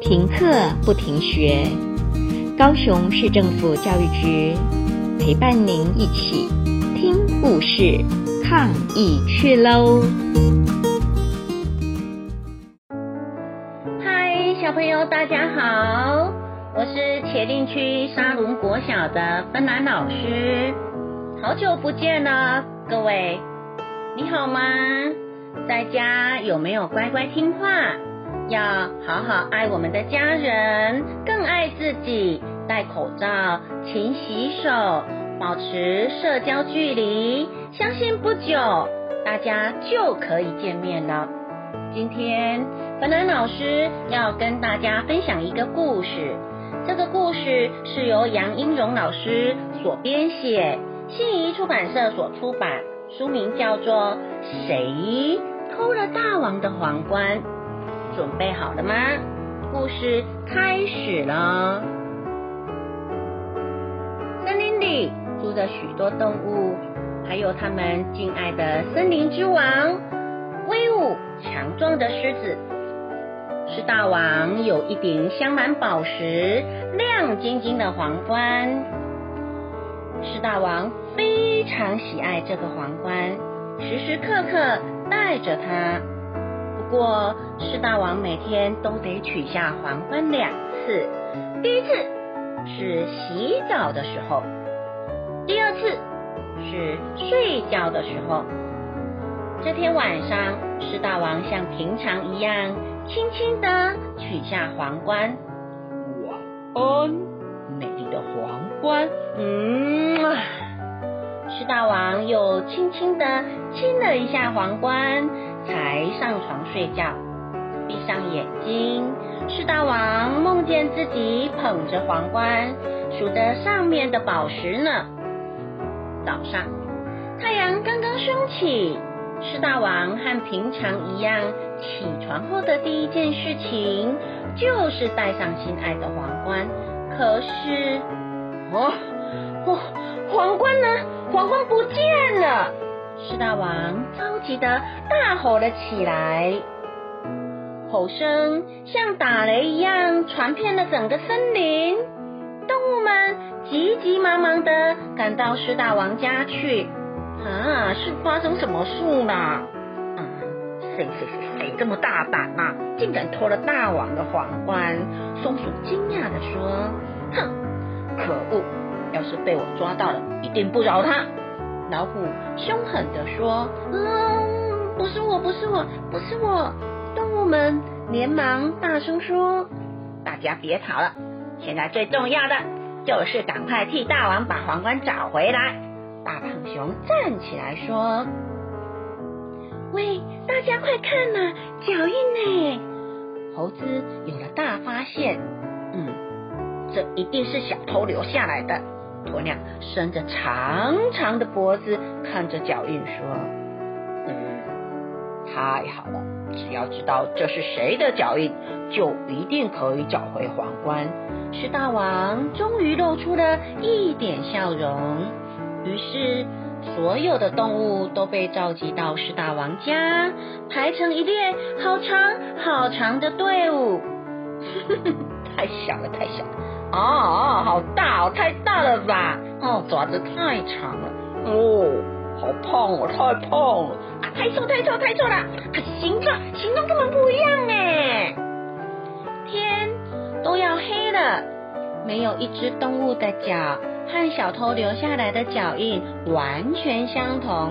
停课不停学，高雄市政府教育局陪伴您一起听故事，抗疫去喽！ 嗨，小朋友大家好，我是茄萣区沙仑国小的芬兰老师，好久不见了，各位，你好吗？在家有没有乖乖听话？要好好爱我们的家人，更爱自己，戴口罩，勤洗手，保持社交距离，相信不久大家就可以见面了。今天芬兰老师要跟大家分享一个故事，这个故事是由杨英荣老师所编写，信宜出版社所出版，书名叫做《谁偷了大王的皇冠》。准备好了吗？故事开始了。森林里住着许多动物，还有他们敬爱的森林之王，威武强壮的狮子。狮大王有一顶镶满宝石、亮晶晶的皇冠。狮大王非常喜爱这个皇冠，时时刻刻戴着它。不过狮大王每天都得取下皇冠2次，第一次是洗澡的时候，第二次是睡觉的时候。这天晚上，狮大王像平常一样轻轻地取下皇冠。晚安，美丽的皇冠。狮大王又轻轻地亲了一下皇冠，才上床睡觉。闭上眼睛，狮大王梦见自己捧着皇冠，数着上面的宝石呢。早上，太阳刚刚升起，狮大王和平常一样，起床后的第一件事情就是戴上心爱的皇冠。可是，皇冠呢？皇冠不见了！狮大王着急的大吼了起来，吼声像打雷一样传遍了整个森林。动物们急急忙忙的赶到狮大王家去。是发生什么事呢？谁这么大胆啊，竟敢偷了大王的皇冠？松鼠惊讶的说：哼，可恶，要是被我抓到了，一定不饶他。老虎凶狠地说：不是我。动物们连忙大声说：大家别吵了，现在最重要的就是赶快替大王把皇冠找回来。大胖熊站起来说：喂，大家快看啊，脚印呢！猴子有了大发现，这一定是小偷留下来的。鸵鸟伸着长长的脖子看着脚印说：太好了，只要知道这是谁的脚印，就一定可以找回皇冠。狮大王终于露出了一点笑容，于是所有的动物都被召集到狮大王家，排成一列好长好长的队伍。太小了，好大太大了吧！爪子太长了，好胖哦，太胖了！太错了！形状根本不一样哎！天都要黑了，没有一只动物的脚和小偷留下来的脚印完全相同。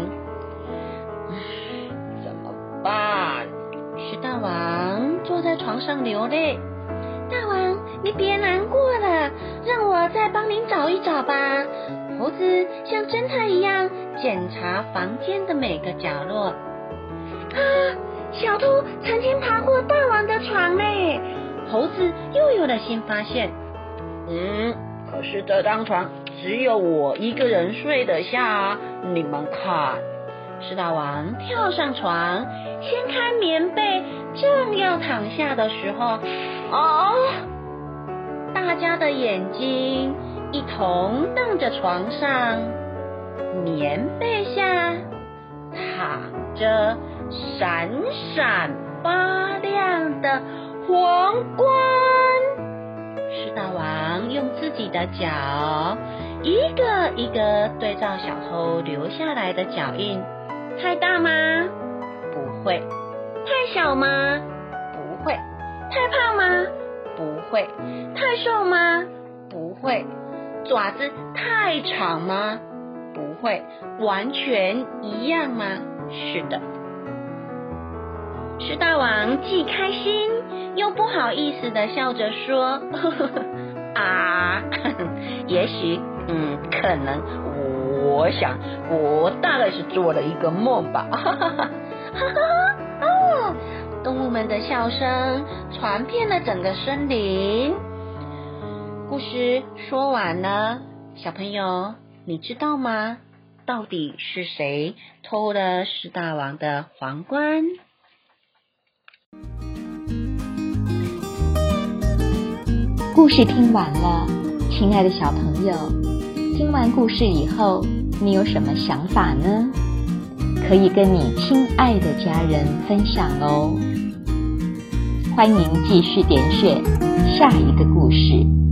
怎么办？狮大王坐在床上流泪。大王，你别难过了，让我再帮您找一找吧。猴子像侦探一样检查房间的每个角落。小偷曾经爬过大王的床嘞！猴子又有了新发现。可是这张床只有我一个人睡得下，你们看。狮大王跳上床，掀开棉被，正要躺下的时候，大家的眼睛一同瞪着床上，棉被下躺着闪闪发亮的皇冠。 狮大王用自己的脚一个一个对照小偷留下来的脚印。太大吗？不会。太小吗？不会。太胖吗？不会。太瘦吗？不会。爪子太长吗？不会。完全一样吗？是的。狮大王既开心又不好意思的笑着说也许可能我想我大概是做了一个梦吧动物们的笑声传遍了整个森林。故事说完了，小朋友你知道吗？到底是谁偷了狮大王的皇冠？ 故事听完了，亲爱的小朋友，听完故事以后，你有什么想法呢？可以跟你亲爱的家人分享哦。欢迎继续点选下一个故事。